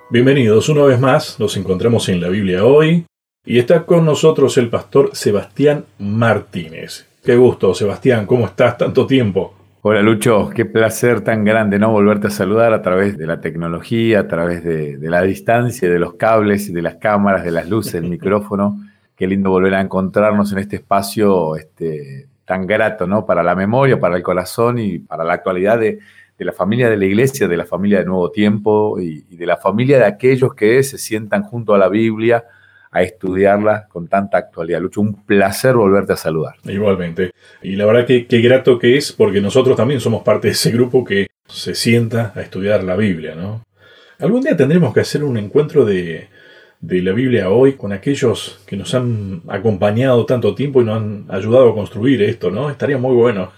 Bienvenidos una vez más, nos encontramos en la Biblia hoy y está con nosotros el pastor Sebastián Martínez. Qué gusto, Sebastián, ¿cómo estás? Tanto tiempo. Hola Lucho, qué placer tan grande, ¿no? Volverte a saludar a través de la tecnología, a través de la distancia, de los cables, de las cámaras, de las luces, del micrófono. Qué lindo volver a encontrarnos en este espacio tan grato, ¿no? Para la memoria, para el corazón y para la actualidad de la familia de la iglesia, de la familia de Nuevo Tiempo y de la familia de aquellos que se sientan junto a la Biblia a estudiarla con tanta actualidad. Lucho, un placer volverte a saludar. Igualmente. Y la verdad que qué grato que es, porque nosotros también somos parte de ese grupo que se sienta a estudiar la Biblia, ¿no? Algún día tendremos que hacer un encuentro de la Biblia hoy con aquellos que nos han acompañado tanto tiempo y nos han ayudado a construir esto, ¿no? Estaría muy bueno.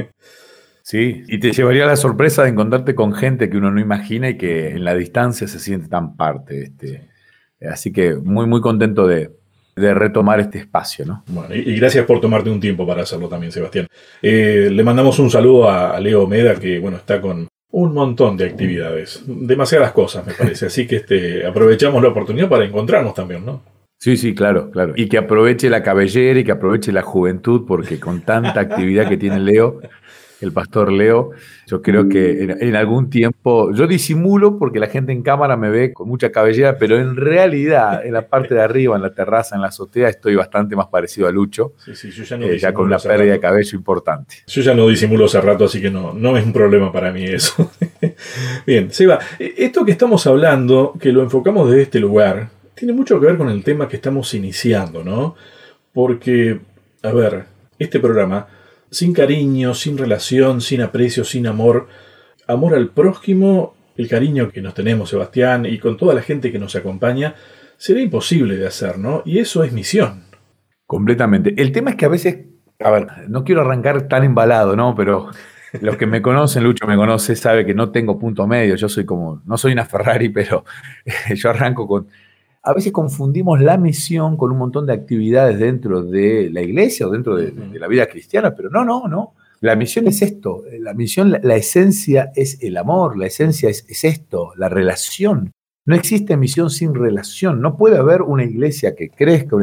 Sí, y te llevaría la sorpresa de encontrarte con gente que uno no imagina y que en la distancia se siente tan parte. Así que muy, muy contento de retomar este espacio, ¿no? Bueno, y gracias por tomarte un tiempo para hacerlo también, Sebastián. Le mandamos un saludo a Leo Meda, que bueno, está con un montón de actividades, demasiadas cosas me parece, así que aprovechamos la oportunidad para encontrarnos también, ¿no? Sí, sí, claro, claro. Y que aproveche la cabellera y que aproveche la juventud, porque con tanta actividad que tiene Leo, el pastor Leo, yo creo que en algún tiempo, yo disimulo porque la gente en cámara me ve con mucha cabellera, pero en realidad, en la parte de arriba, en la terraza, en la azotea, estoy bastante más parecido a Lucho, Sí, sí, yo ya no ya con disimulo una hace pérdida de rato. cabello importante. Yo ya no disimulo hace rato, así que no es un problema para mí eso. Bien, Seba, esto que estamos hablando, que lo enfocamos desde este lugar, tiene mucho que ver con el tema que estamos iniciando, ¿no? Porque, a ver, este programa, sin cariño, sin relación, sin aprecio, sin amor, amor al prójimo, el cariño que nos tenemos, Sebastián, y con toda la gente que nos acompaña, será imposible de hacer, ¿no? Y eso es misión. Completamente. El tema es que a veces, a ver, no quiero arrancar tan embalado, ¿no? Pero los que me conocen, Lucho me conoce, sabe que no tengo punto medio. Yo soy como, no soy una Ferrari, pero yo arranco con. A veces confundimos la misión con un montón de actividades dentro de la iglesia o dentro de Ujú. la vida cristiana, pero no. La misión es esto. La misión, la esencia es el amor, la esencia es esto, la relación. No existe misión sin relación. No puede haber una iglesia que crezca,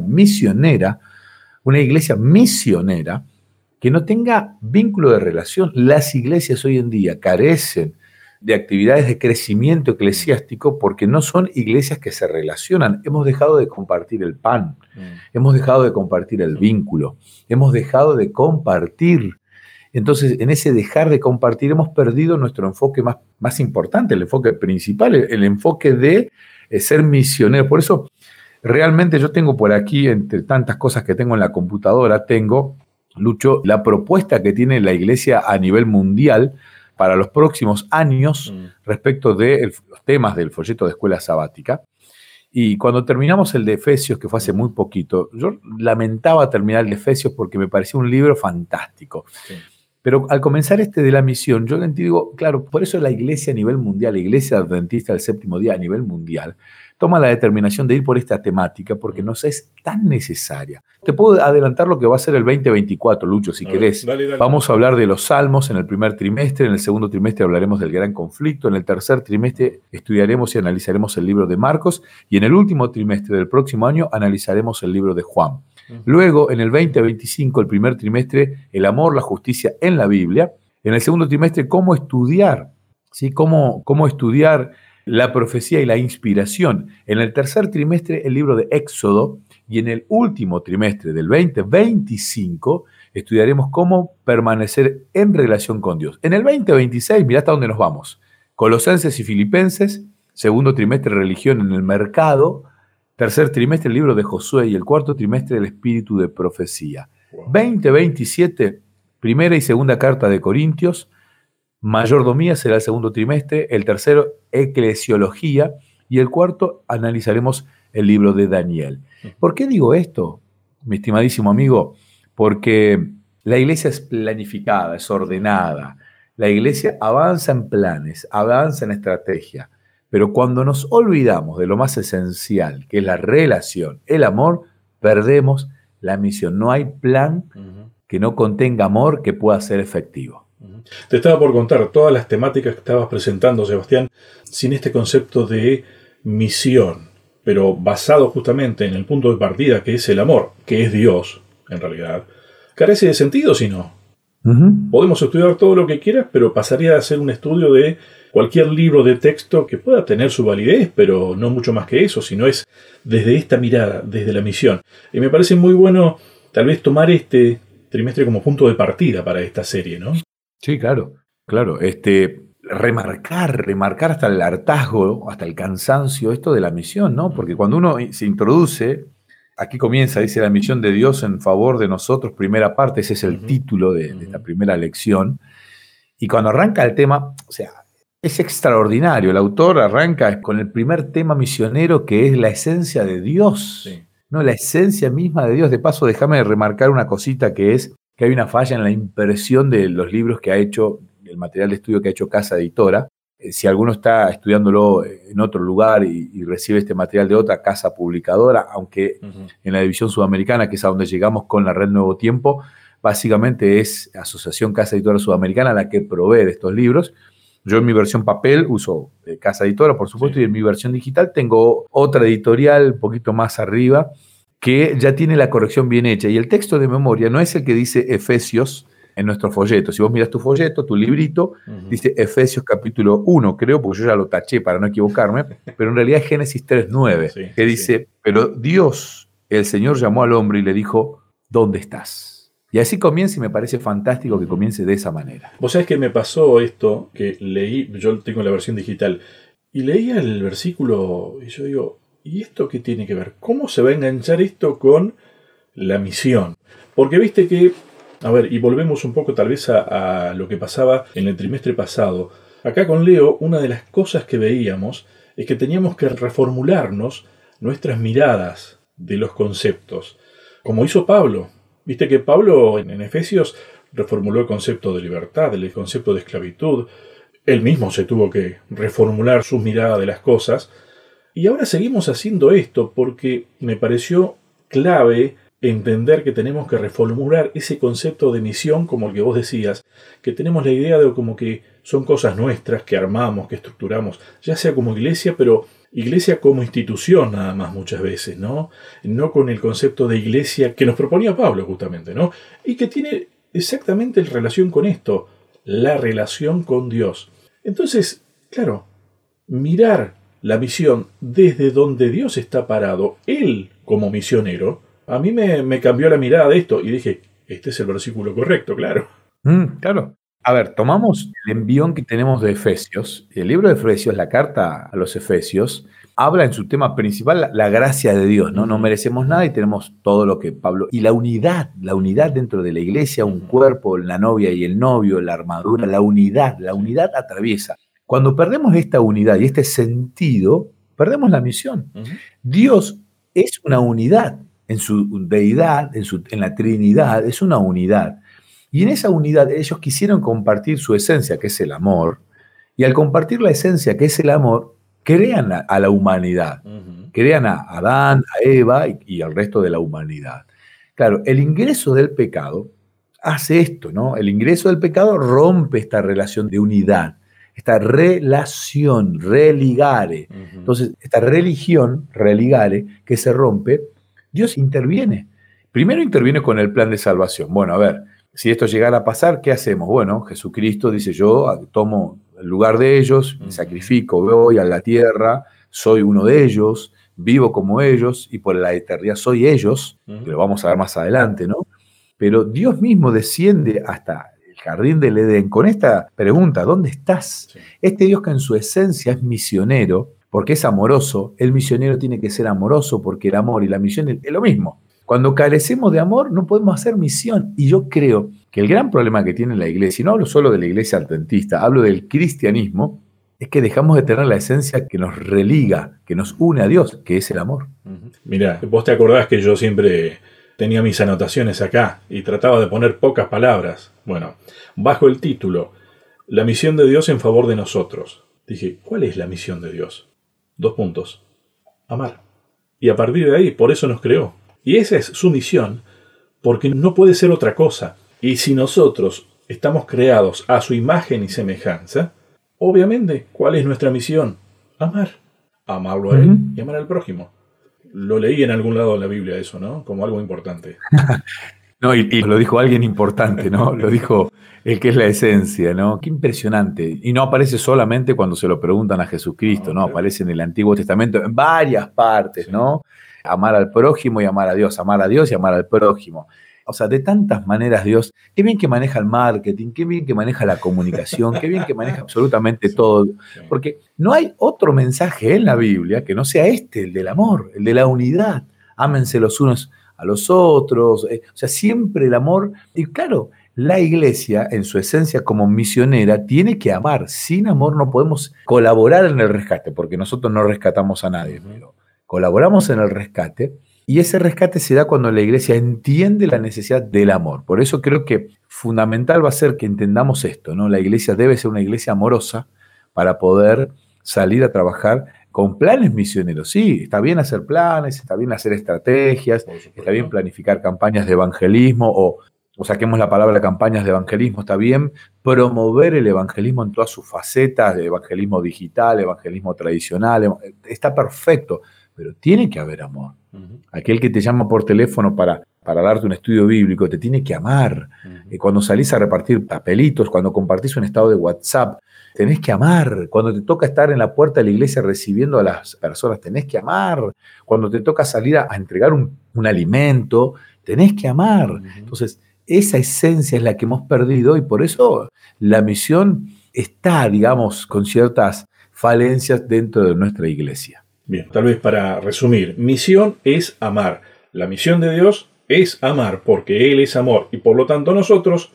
una iglesia misionera que no tenga vínculo de relación. Las iglesias hoy en día carecen de actividades de crecimiento Mm, eclesiástico porque no son iglesias que se relacionan. Hemos dejado de compartir el pan, mm, hemos dejado de compartir el mm. vínculo, hemos dejado de compartir. Entonces, en ese dejar de compartir hemos perdido nuestro enfoque más importante, el enfoque principal, el enfoque de ser misionero. Por eso, realmente yo tengo por aquí, entre tantas cosas que tengo en la computadora, tengo, Lucho, la propuesta que tiene la iglesia a nivel mundial para los próximos años Mm. respecto de los temas del folleto de escuela sabática. Y cuando terminamos el de Efesios, que fue hace muy Ujú. poquito, yo lamentaba terminar el de Efesios porque me parecía un libro fantástico. Sí. Pero al comenzar este de la misión, yo digo, claro, por eso la iglesia a nivel mundial, la iglesia adventista del séptimo día a nivel mundial, toma la determinación de ir por esta temática porque Mm. nos es tan necesaria. Te puedo adelantar lo que va a ser el 2024, Lucho, si A ver, querés. dale, dale. Vamos a hablar de los salmos en el primer trimestre, en el segundo trimestre hablaremos del gran conflicto, en el tercer trimestre estudiaremos y analizaremos el libro de Marcos y en el último trimestre del próximo año analizaremos el libro de Juan. Ujú. Luego, en el 2025, el primer trimestre, el amor, la justicia en la Biblia. En el segundo trimestre, cómo estudiar, ¿sí? Cómo estudiar la profecía y la inspiración. En el tercer trimestre, el libro de Éxodo. Y en el último trimestre del 2025, estudiaremos cómo permanecer en relación con Dios. En el 2026, mirá hasta dónde nos vamos. Colosenses y Filipenses, segundo trimestre, religión en el mercado. Tercer trimestre, el libro de Josué y el cuarto trimestre, el espíritu de profecía. Wow. 2027, primera y segunda carta de Corintios. Mayordomía será el segundo trimestre. El tercero, eclesiología. Y el cuarto, analizaremos el libro de Daniel. ¿Por qué digo esto, mi estimadísimo amigo? Porque la iglesia es planificada, es ordenada. La iglesia avanza en planes, avanza en estrategia. Pero cuando nos olvidamos de lo más esencial, que es la relación, el amor, perdemos la misión. No hay plan Ujú. que no contenga amor que pueda ser efectivo. Ujú. Te estaba por contar todas las temáticas que estabas presentando, Sebastián, sin este concepto de misión, pero basado justamente en el punto de partida que es el amor, que es Dios, en realidad. Carece de sentido si no. Podemos estudiar todo lo que quieras, pero pasaría a ser un estudio de cualquier libro de texto que pueda tener su validez, pero no mucho más que eso, sino es desde esta mirada, desde la misión. Y me parece muy bueno tal vez tomar este trimestre como punto de partida para esta serie, ¿no? Sí, claro. Remarcar hasta el hartazgo, hasta el cansancio, esto de la misión, ¿no? Porque cuando uno se introduce, aquí comienza, dice la misión de Dios en favor de nosotros, primera parte, ese es el título de esta primera lección. Y cuando arranca el tema, o sea, es extraordinario. El autor arranca con el primer tema misionero que es la esencia de Dios, Sí. ¿no? La esencia misma de Dios. De paso, déjame remarcar una cosita que es que hay una falla en la impresión de los libros que ha hecho, el material de estudio que ha hecho Casa Editora. Si alguno está estudiándolo en otro lugar y recibe este material de otra casa publicadora, aunque en la división sudamericana, que es a donde llegamos con la red Nuevo Tiempo, básicamente es Asociación Casa Editora Sudamericana la que provee de estos libros. Yo en mi versión papel uso Casa Editora, por supuesto, y en mi versión digital tengo otra editorial un poquito más arriba que ya tiene la corrección bien hecha. Y el texto de memoria no es el que dice Efesios en nuestro folleto. Si vos miras tu folleto, tu librito, dice Efesios capítulo 1, creo, porque yo ya lo taché para no equivocarme, pero en realidad es Génesis 3:9, que dice, pero Dios, el Señor, llamó al hombre y le dijo, ¿dónde estás? Y así comienza y me parece fantástico que comience de esa manera. Vos sabés que me pasó esto, que leí, yo tengo la versión digital, y leía el versículo y yo digo, ¿y esto qué tiene que ver? ¿Cómo se va a enganchar esto con la misión? Porque viste que, a ver, y volvemos un poco tal vez a lo que pasaba en el trimestre pasado. Acá con Leo, una de las cosas que veíamos es que teníamos que reformularnos nuestras miradas de los conceptos, como hizo Pablo. Viste que Pablo en Efesios reformuló el concepto de libertad, el concepto de esclavitud. Él mismo se tuvo que reformular su mirada de las cosas. Y ahora seguimos haciendo esto porque me pareció clave entender que tenemos que reformular ese concepto de misión, como el que vos decías, que tenemos la idea de como que son cosas nuestras que armamos, que estructuramos, ya sea como iglesia, pero iglesia como institución nada más muchas veces, ¿no? No con el concepto de iglesia que nos proponía Pablo justamente, ¿no? Y que tiene exactamente relación con esto, la relación con Dios. Entonces, claro, mirar la misión desde donde Dios está parado, Él como misionero, a mí me cambió la mirada de esto y dije, este es el versículo correcto, claro. Claro. A ver, tomamos el envión que tenemos de Efesios. El libro de Efesios, la carta a los Efesios, habla en su tema principal la gracia de Dios, ¿no? No merecemos nada y tenemos todo lo que Pablo... Y la unidad dentro de la iglesia, un cuerpo, la novia y el novio, la armadura, la unidad atraviesa. Cuando perdemos esta unidad y este sentido, perdemos la misión. Dios es una unidad en su deidad, en la Trinidad, es una unidad. Y en esa unidad ellos quisieron compartir su esencia, que es el amor, y al compartir la esencia, que es el amor, crean a la humanidad, crean a Adán, a Eva y al resto de la humanidad. Claro, el ingreso del pecado hace esto, ¿no? El ingreso del pecado rompe esta relación de unidad, esta relación, religare. Entonces, esta religión, religare, que se rompe, Dios interviene. Primero interviene con el plan de salvación. Bueno, a ver, si esto llegara a pasar, ¿qué hacemos? Bueno, Jesucristo dice, yo tomo el lugar de ellos, me sacrifico, voy a la tierra, soy uno de ellos, vivo como ellos y por la eternidad soy ellos, que lo vamos a ver más adelante, ¿no? Pero Dios mismo desciende hasta el jardín del Edén con esta pregunta, ¿dónde estás? Sí. Este Dios que en su esencia es misionero, porque es amoroso, el misionero tiene que ser amoroso porque el amor y la misión es lo mismo. Cuando carecemos de amor no podemos hacer misión. Y yo creo que el gran problema que tiene la iglesia, y no hablo solo de la iglesia adventista, hablo del cristianismo, es que dejamos de tener la esencia que nos religa, que nos une a Dios, que es el amor. Mira, vos te acordás que yo siempre tenía mis anotaciones acá y trataba de poner pocas palabras. Bueno, bajo el título, La misión de Dios en favor de nosotros. Dije, ¿cuál es la misión de Dios? 2 puntos. Amar. Y a partir de ahí, por eso nos creó. Y esa es su misión, porque no puede ser otra cosa. Y si nosotros estamos creados a su imagen y semejanza, obviamente, ¿cuál es nuestra misión? Amar. Amarlo a Él y amar al prójimo. Lo leí en algún lado de la Biblia eso, ¿no? Como algo importante. No, y lo dijo alguien importante, ¿no? Lo dijo el que es la esencia, ¿no? Qué impresionante. Y no aparece solamente cuando se lo preguntan a Jesucristo, ¿no? Claro. Aparece en el Antiguo Testamento en varias partes, ¿no? Amar al prójimo y amar a Dios y amar al prójimo. O sea, de tantas maneras Dios, qué bien que maneja el marketing, qué bien que maneja la comunicación, qué bien que maneja absolutamente todo. Porque no hay otro mensaje en la Biblia que no sea este, el del amor, el de la unidad. Ámense los unos a los otros, o sea, siempre el amor. Y claro, la iglesia, en su esencia como misionera, tiene que amar. Sin amor no podemos colaborar en el rescate, porque nosotros no rescatamos a nadie, pero colaboramos en el rescate. Y ese rescate se da cuando la iglesia entiende la necesidad del amor. Por eso creo que fundamental va a ser que entendamos esto, ¿no? La iglesia debe ser una iglesia amorosa para poder salir a trabajar con planes misioneros. Sí, está bien hacer planes, está bien hacer estrategias, está bien planificar campañas de evangelismo o saquemos la palabra campañas de evangelismo, está bien promover el evangelismo en todas sus facetas, de evangelismo digital, evangelismo tradicional, está perfecto, pero tiene que haber amor. Aquel que te llama por teléfono para darte un estudio bíblico te tiene que amar. Cuando salís a repartir papelitos, cuando compartís un estado de WhatsApp, tenés que amar. Cuando te toca estar en la puerta de la iglesia recibiendo a las personas, tenés que amar. Cuando te toca salir a entregar un alimento, tenés que amar. Entonces, esa esencia es la que hemos perdido y por eso la misión está, digamos, con ciertas falencias dentro de nuestra iglesia. Bien, tal vez para resumir, misión es amar. La misión de Dios es amar porque Él es amor y por lo tanto nosotros,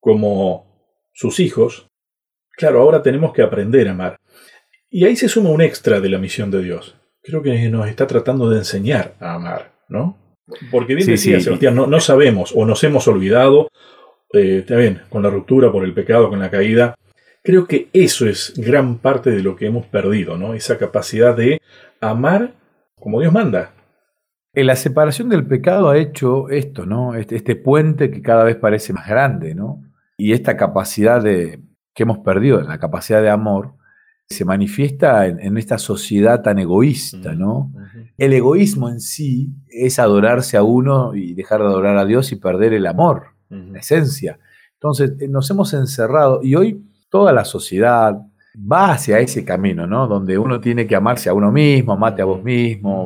como sus hijos, claro, ahora tenemos que aprender a amar. Y ahí se suma un extra de la misión de Dios. Creo que nos está tratando de enseñar a amar, ¿no? Porque bien decía Sebastián, no sabemos o nos hemos olvidado, está bien, con la ruptura por el pecado, con la caída. Creo que eso es gran parte de lo que hemos perdido, ¿no? Esa capacidad de amar como Dios manda. La separación del pecado ha hecho esto, ¿no? Este puente que cada vez parece más grande, ¿no? Y esta capacidad que hemos perdido, la capacidad de amor, se manifiesta en esta sociedad tan egoísta, ¿no? El egoísmo en sí es adorarse a uno y dejar de adorar a Dios y perder el amor, la esencia. Entonces nos hemos encerrado y hoy toda la sociedad va hacia ese camino, ¿no? Donde uno tiene que amarse a uno mismo, amate a vos mismo,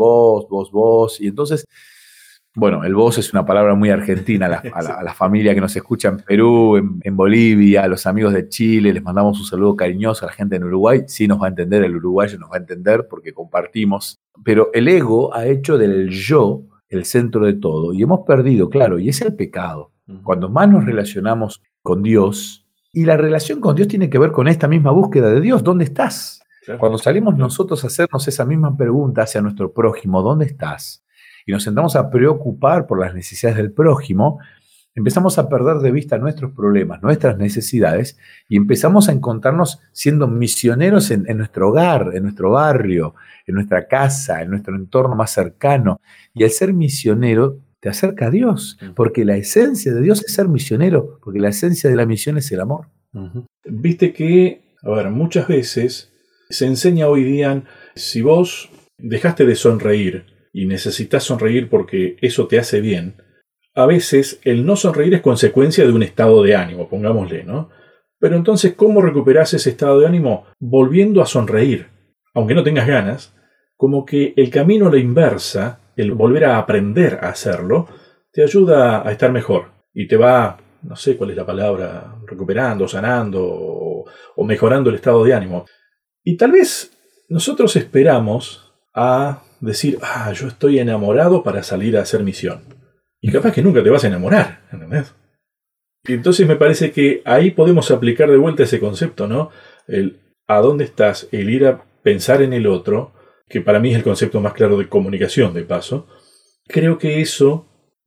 vos. Y entonces, bueno, el vos es una palabra muy argentina a la familia que nos escucha en Perú, en Bolivia, a los amigos de Chile, les mandamos un saludo cariñoso a la gente en Uruguay. Sí nos va a entender, el uruguayo nos va a entender porque compartimos. Pero el ego ha hecho del yo el centro de todo y hemos perdido, claro, y es el pecado. Cuando más nos relacionamos con Dios, y la relación con Dios tiene que ver con esta misma búsqueda de Dios. ¿Dónde estás? Claro. Cuando salimos nosotros a hacernos esa misma pregunta hacia nuestro prójimo, ¿dónde estás? Y nos sentamos a preocupar por las necesidades del prójimo, empezamos a perder de vista nuestros problemas, nuestras necesidades, y empezamos a encontrarnos siendo misioneros en nuestro hogar, en nuestro barrio, en nuestra casa, en nuestro entorno más cercano. Y al ser misionero te acerca a Dios, porque la esencia de Dios es ser misionero, porque la esencia de la misión es el amor. Viste que, muchas veces se enseña hoy día, si vos dejaste de sonreír y necesitas sonreír porque eso te hace bien, a veces el no sonreír es consecuencia de un estado de ánimo, pongámosle, ¿no? Pero entonces, ¿cómo recuperás ese estado de ánimo? Volviendo a sonreír, aunque no tengas ganas, como que el camino a la inversa, el volver a aprender a hacerlo, te ayuda a estar mejor y te va, no sé cuál es la palabra, recuperando, sanando o mejorando el estado de ánimo. Y tal vez nosotros esperamos a decir, yo estoy enamorado para salir a hacer misión. Y capaz que nunca te vas a enamorar, ¿entendés? Y entonces me parece que ahí podemos aplicar de vuelta ese concepto, ¿no? El ¿a dónde estás? El ir a pensar en el otro, que para mí es el concepto más claro de comunicación, de paso. Creo que eso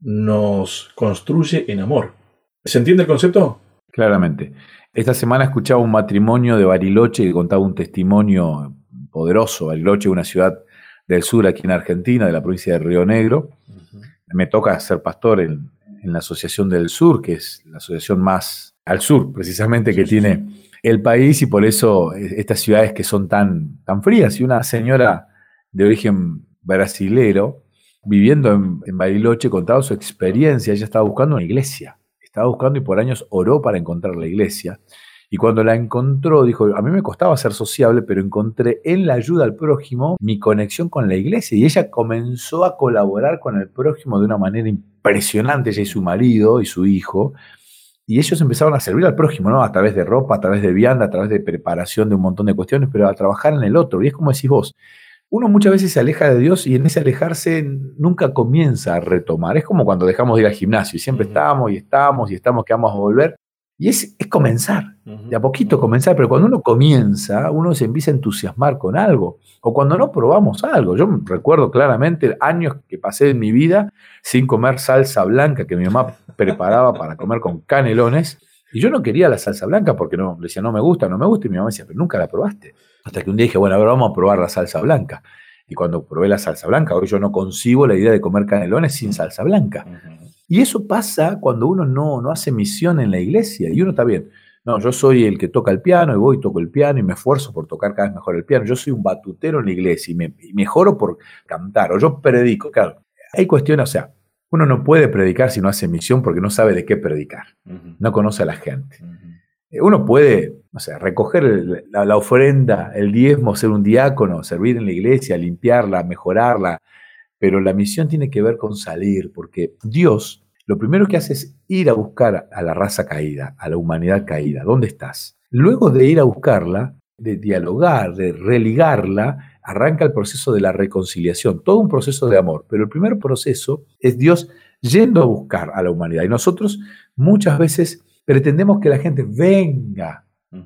nos construye en amor. ¿Se entiende el concepto? Claramente. Esta semana escuchaba un matrimonio de Bariloche que contaba un testimonio poderoso. Bariloche es una ciudad del sur aquí en Argentina, de la provincia de Río Negro. Me toca ser pastor en la Asociación del Sur, que es la asociación más al sur, precisamente, que tiene el país, y por eso estas ciudades que son tan frías. Y una señora de origen brasilero, viviendo en Bariloche, contaba su experiencia. Ella estaba buscando una iglesia, estaba buscando y por años oró para encontrar la iglesia. Y cuando la encontró, dijo, a mí me costaba ser sociable, pero encontré en la ayuda al prójimo mi conexión con la iglesia. Y ella comenzó a colaborar con el prójimo de una manera impresionante, ella y su marido y su hijo. Y ellos empezaron a servir al prójimo, ¿no? A través de ropa, a través de vianda, a través de preparación de un montón de cuestiones, pero a trabajar en el otro. Y es como decís vos, uno muchas veces se aleja de Dios y en ese alejarse nunca comienza a retomar. Es como cuando dejamos de ir al gimnasio y siempre estamos, que vamos a volver. Y es comenzar, de a poquito comenzar, pero cuando uno comienza, uno se empieza a entusiasmar con algo, o cuando no probamos algo. Yo recuerdo claramente años que pasé en mi vida sin comer salsa blanca que mi mamá preparaba para comer con canelones, y yo no quería la salsa blanca porque no, decía no me gusta, y mi mamá decía, pero nunca la probaste. Hasta que un día dije, bueno, a ver, vamos a probar la salsa blanca. Y cuando probé la salsa blanca, hoy yo no concibo la idea de comer canelones sin salsa blanca. Y eso pasa cuando uno no hace misión en la iglesia. Y uno está bien. No, yo soy el que toca el piano y voy y toco el piano y me esfuerzo por tocar cada vez mejor el piano. Yo soy un batutero en la iglesia y mejoro por cantar. O yo predico. Claro, hay cuestiones, o sea, uno no puede predicar si no hace misión porque no sabe de qué predicar. No conoce a la gente. Uno puede, o sea, recoger la ofrenda, el diezmo, ser un diácono, servir en la iglesia, limpiarla, mejorarla. Pero la misión tiene que ver con salir, porque Dios lo primero que hace es ir a buscar a la raza caída, a la humanidad caída. ¿Dónde estás? Luego de ir a buscarla, de dialogar, de religarla, arranca el proceso de la reconciliación, todo un proceso de amor. Pero el primer proceso es Dios yendo a buscar a la humanidad. Y nosotros muchas veces pretendemos que la gente venga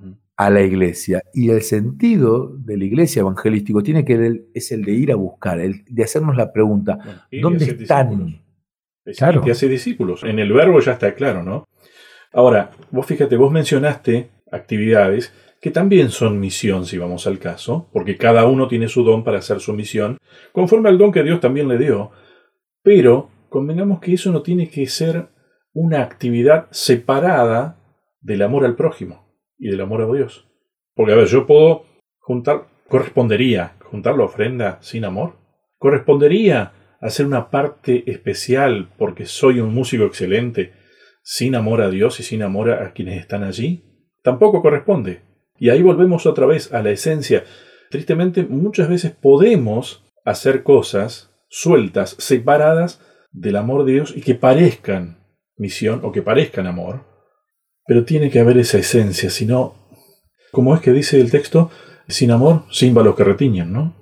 a la iglesia, y el sentido de la iglesia evangelístico es el de ir a buscar, el de hacernos la pregunta, ¿dónde están? Claro. Que hace discípulos. En el verbo ya está claro, ¿no? Ahora, vos fíjate, vos mencionaste actividades que también son misión, si vamos al caso, porque cada uno tiene su don para hacer su misión, conforme al don que Dios también le dio, pero convengamos que eso no tiene que ser una actividad separada del amor al prójimo y del amor a Dios. Porque, a ver, yo puedo correspondería juntar la ofrenda sin amor. Correspondería hacer una parte especial porque soy un músico excelente sin amor a Dios y sin amor a quienes están allí. Tampoco corresponde. Y ahí volvemos otra vez a la esencia. Tristemente, muchas veces podemos hacer cosas sueltas, separadas del amor de Dios y que parezcan misión o que parezcan amor. Pero tiene que haber esa esencia, si no, como es que dice el texto, sin amor, sin los que retiñen, ¿no?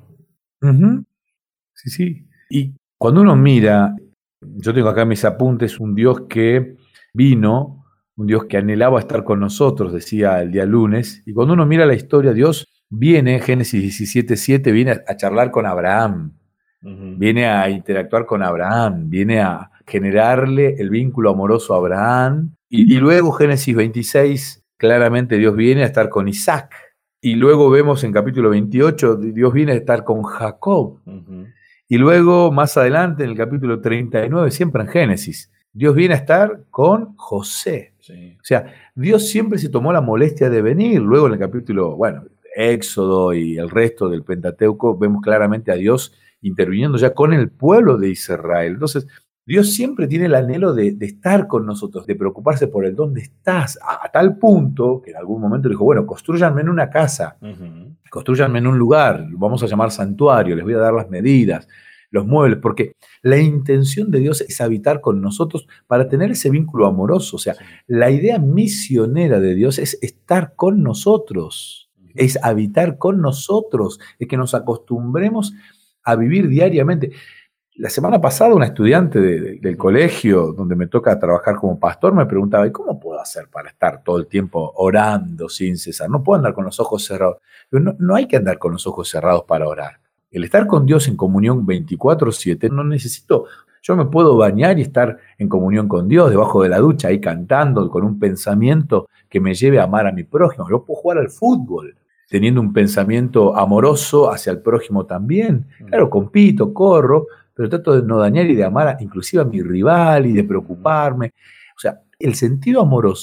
Sí. Y cuando uno mira, yo tengo acá en mis apuntes un Dios que vino, un Dios que anhelaba estar con nosotros, decía el día lunes, y cuando uno mira la historia, Dios viene, Génesis 17:7, viene a charlar con Abraham, viene a interactuar con Abraham, viene a generarle el vínculo amoroso a Abraham. Y luego Génesis 26, claramente Dios viene a estar con Isaac. Y luego vemos en capítulo 28, Dios viene a estar con Jacob. Y luego más adelante en el capítulo 39, siempre en Génesis, Dios viene a estar con José. Sí. O sea, Dios siempre se tomó la molestia de venir. Luego en el capítulo, Éxodo y el resto del Pentateuco, vemos claramente a Dios interviniendo ya con el pueblo de Israel. Entonces, Dios siempre tiene el anhelo de estar con nosotros, de preocuparse por el dónde estás, a tal punto que en algún momento dijo, bueno, construyanme en una casa, construyanme en un lugar, vamos a llamar santuario, les voy a dar las medidas, los muebles, porque la intención de Dios es habitar con nosotros para tener ese vínculo amoroso. O sea, la idea misionera de Dios es estar con nosotros, es habitar con nosotros, es que nos acostumbremos a vivir diariamente. La semana pasada una estudiante del colegio donde me toca trabajar como pastor me preguntaba, ¿y cómo puedo hacer para estar todo el tiempo orando sin cesar? No puedo andar con los ojos cerrados. Pero no hay que andar con los ojos cerrados para orar. El estar con Dios en comunión 24/7, no necesito, yo me puedo bañar y estar en comunión con Dios debajo de la ducha, ahí cantando con un pensamiento que me lleve a amar a mi prójimo. Yo puedo jugar al fútbol teniendo un pensamiento amoroso hacia el prójimo también. Claro, compito, corro, pero trato de no dañar y de amar inclusive a mi rival y de preocuparme. O sea, el sentido amoroso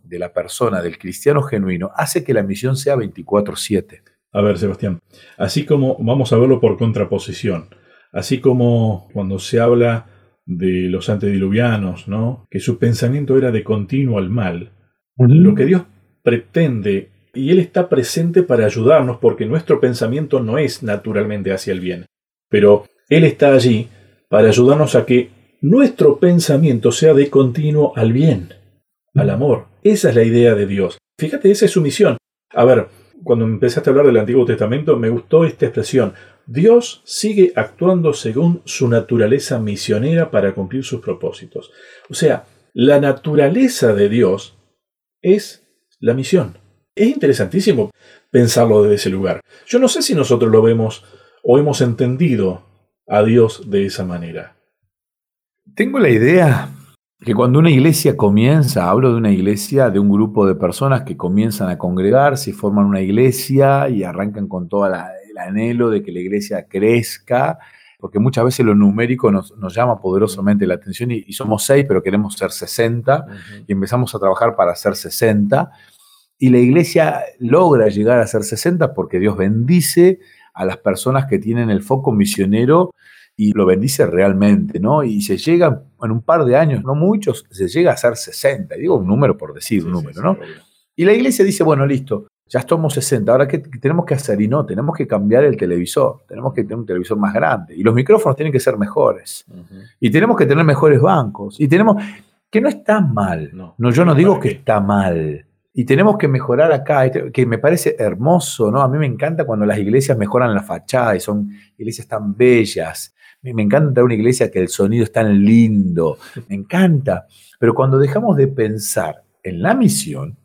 de la persona, del cristiano genuino, hace que la misión sea 24/7. A ver, Sebastián, así como vamos a verlo por contraposición, así como cuando se habla de los antediluvianos, ¿no? Que su pensamiento era de continuo al mal, lo que Dios pretende, y Él está presente para ayudarnos porque nuestro pensamiento no es naturalmente hacia el bien, pero Él está allí para ayudarnos a que nuestro pensamiento sea de continuo al bien, al amor. Esa es la idea de Dios. Fíjate, esa es su misión. A ver, cuando empezaste a hablar del Antiguo Testamento, me gustó esta expresión. Dios sigue actuando según su naturaleza misionera para cumplir sus propósitos. O sea, la naturaleza de Dios es la misión. Es interesantísimo pensarlo desde ese lugar. Yo no sé si nosotros lo vemos o hemos entendido a Dios de esa manera. Tengo la idea que cuando una iglesia comienza, hablo de una iglesia, de un grupo de personas que comienzan a congregarse y forman una iglesia y arrancan con todo el anhelo de que la iglesia crezca, porque muchas veces lo numérico nos llama poderosamente la atención y somos 6, pero queremos ser 60, y empezamos a trabajar para ser 60, y la iglesia logra llegar a ser 60 porque Dios bendice a las personas que tienen el foco misionero y lo bendice realmente, ¿no? Y se llega, en un par de años, no muchos, se llega a ser 60, digo un número por decir un número, ¿no? Y la iglesia dice, bueno, listo, ya estamos 60, ahora ¿qué tenemos que hacer? Y no, tenemos que cambiar el televisor, tenemos que tener un televisor más grande, y los micrófonos tienen que ser mejores, y tenemos que tener mejores bancos, y tenemos, que no está mal, no, yo no digo que está mal, y tenemos que mejorar acá, que me parece hermoso, ¿no? A mí me encanta cuando las iglesias mejoran la fachada y son iglesias tan bellas. Me encanta entrar a una iglesia que el sonido es tan lindo, me encanta. Pero cuando dejamos de pensar en la misión,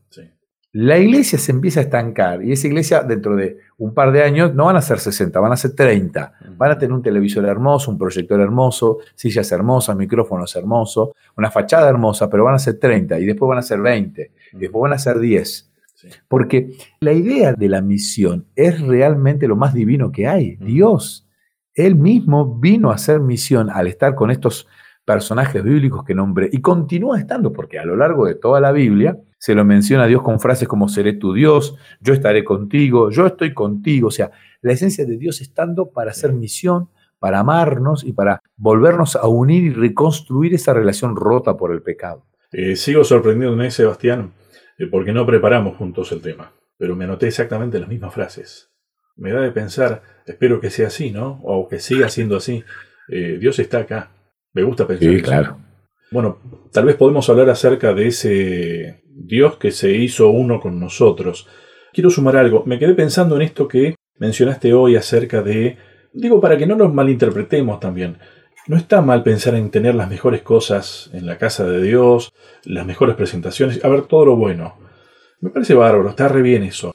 la iglesia se empieza a estancar y esa iglesia dentro de un par de años no van a ser 60, van a ser 30. Van a tener un televisor hermoso, un proyector hermoso, sillas hermosas, micrófonos hermosos, una fachada hermosa, pero van a ser 30 y después van a ser 20 y después van a ser 10. Porque la idea de la misión es realmente lo más divino que hay. Dios, Él mismo vino a hacer misión al estar con estos personajes bíblicos que nombré y continúa estando porque a lo largo de toda la Biblia se lo menciona a Dios con frases como seré tu Dios, yo estaré contigo, yo estoy contigo. O sea, la esencia de Dios estando para hacer misión, para amarnos y para volvernos a unir y reconstruir esa relación rota por el pecado. Sigo sorprendiéndome, Sebastián, porque no preparamos juntos el tema, pero me anoté exactamente las mismas frases. Me da de pensar, espero que sea así, ¿no? O que siga siendo así. Dios está acá. Me gusta pensar sí, eso. Claro. Bueno, tal vez podemos hablar acerca de ese Dios que se hizo uno con nosotros. Quiero sumar algo. Me quedé pensando en esto que mencionaste hoy acerca de... Digo, para que no nos malinterpretemos también. No está mal pensar en tener las mejores cosas en la casa de Dios, las mejores presentaciones, a ver, todo lo bueno. Me parece bárbaro, está re bien eso.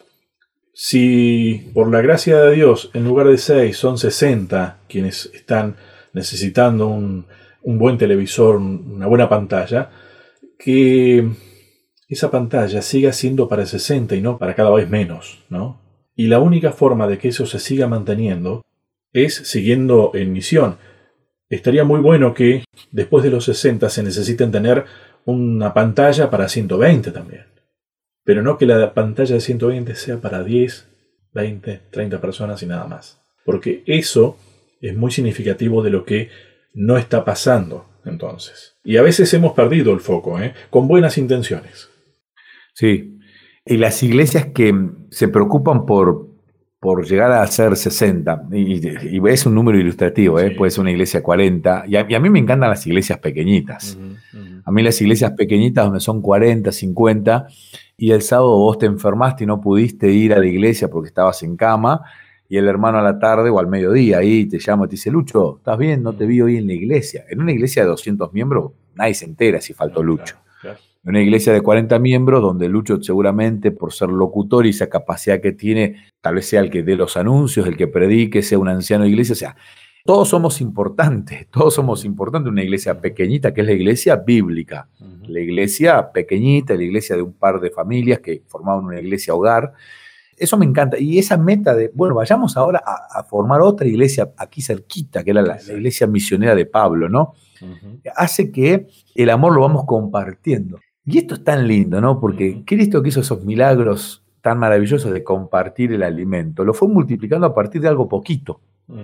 Si por la gracia de Dios, en lugar de 6, son 60 quienes están necesitando un buen televisor, una buena pantalla, que esa pantalla siga siendo para 60 y no para cada vez menos, ¿no? Y la única forma de que eso se siga manteniendo es siguiendo en misión. Estaría muy bueno que después de los 60 se necesiten tener una pantalla para 120 también. Pero no que la pantalla de 120 sea para 10, 20, 30 personas y nada más. Porque eso es muy significativo de lo que no está pasando entonces. Y a veces hemos perdido el foco, con buenas intenciones. Sí, y las iglesias que se preocupan por llegar a ser 60, y es un número ilustrativo, sí. Puede ser una iglesia 40, y a mí me encantan las iglesias pequeñitas. A mí las iglesias pequeñitas donde son 40, 50, y el sábado vos te enfermaste y no pudiste ir a la iglesia porque estabas en cama, y el hermano a la tarde o al mediodía ahí te llama y te dice, Lucho, ¿estás bien? No te vi hoy en la iglesia. En una iglesia de 200 miembros nadie se entera si faltó Lucho. Claro. En una iglesia de 40 miembros donde Lucho seguramente por ser locutor y esa capacidad que tiene, tal vez sea el que dé los anuncios, el que predique, sea un anciano de iglesia, o sea, todos somos importantes en una iglesia pequeñita que es la iglesia bíblica, la iglesia pequeñita, la iglesia de un par de familias que formaban una iglesia hogar. Eso me encanta. Y esa meta de, bueno, vayamos ahora a formar otra iglesia aquí cerquita, que era la iglesia misionera de Pablo, ¿no? Hace que el amor lo vamos compartiendo. Y esto es tan lindo, ¿no? Porque Cristo que hizo esos milagros tan maravillosos de compartir el alimento, lo fue multiplicando a partir de algo poquito,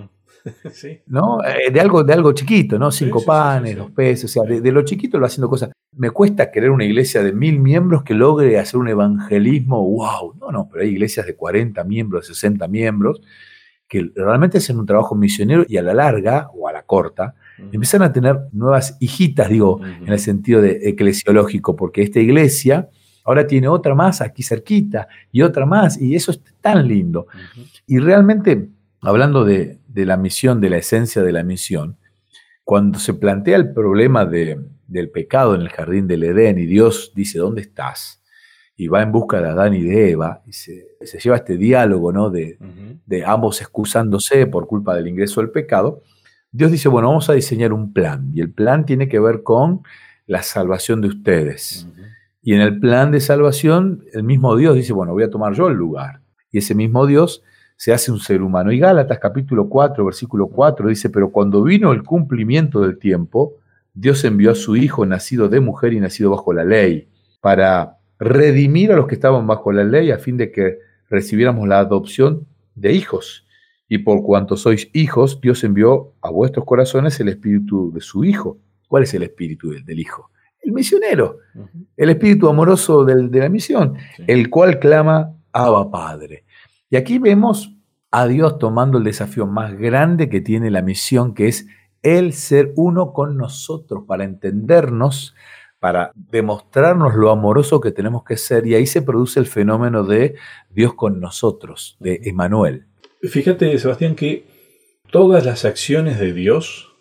Sí. ¿no? De algo chiquito, ¿no? Sí, 5 sí, sí, sí, panes, sí. 2 peces, o sea, Sí. de lo chiquito lo va haciendo cosas. Me cuesta creer una iglesia de 1000 miembros que logre hacer un evangelismo, wow. No, pero hay iglesias de 40 miembros, de 60 miembros, que realmente hacen un trabajo misionero y a la larga, o a la corta, empiezan a tener nuevas hijitas, digo, en el sentido de eclesiológico, porque esta iglesia ahora tiene otra más aquí cerquita y otra más, y eso es tan lindo. Y realmente, hablando de la misión, de la esencia de la misión, cuando se plantea el problema del pecado en el jardín del Edén y Dios dice, ¿dónde estás? Y va en busca de Adán y de Eva, y se lleva este diálogo, ¿no? de ambos excusándose por culpa del ingreso del pecado. Dios dice, bueno, vamos a diseñar un plan, y el plan tiene que ver con la salvación de ustedes. Y en el plan de salvación, el mismo Dios dice, bueno, voy a tomar yo el lugar. Y ese mismo Dios se hace un ser humano. Y Gálatas capítulo 4, versículo 4 dice, pero cuando vino el cumplimiento del tiempo, Dios envió a su Hijo, nacido de mujer y nacido bajo la ley, para redimir a los que estaban bajo la ley, a fin de que recibiéramos la adopción de hijos. Y por cuanto sois hijos, Dios envió a vuestros corazones el espíritu de su Hijo. ¿Cuál es el espíritu del Hijo? El misionero, el espíritu amoroso de la misión, el cual clama, Abba Padre. Y aquí vemos a Dios tomando el desafío más grande que tiene la misión, que es el ser uno con nosotros, para entendernos, para demostrarnos lo amoroso que tenemos que ser, y ahí se produce el fenómeno de Dios con nosotros, de Emmanuel. Fíjate, Sebastián, que todas las acciones de Dios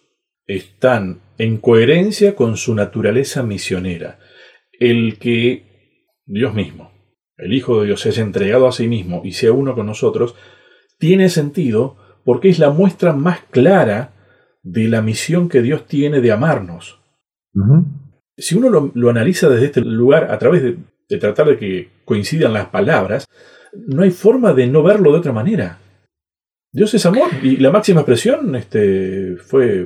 están en coherencia con su naturaleza misionera. El que Dios mismo, el Hijo de Dios, se haya entregado a sí mismo y sea uno con nosotros, tiene sentido porque es la muestra más clara de la misión que Dios tiene de amarnos. Si uno lo analiza desde este lugar, a través de tratar de que coincidan las palabras, no hay forma de no verlo de otra manera. Dios es amor, y la máxima expresión fue,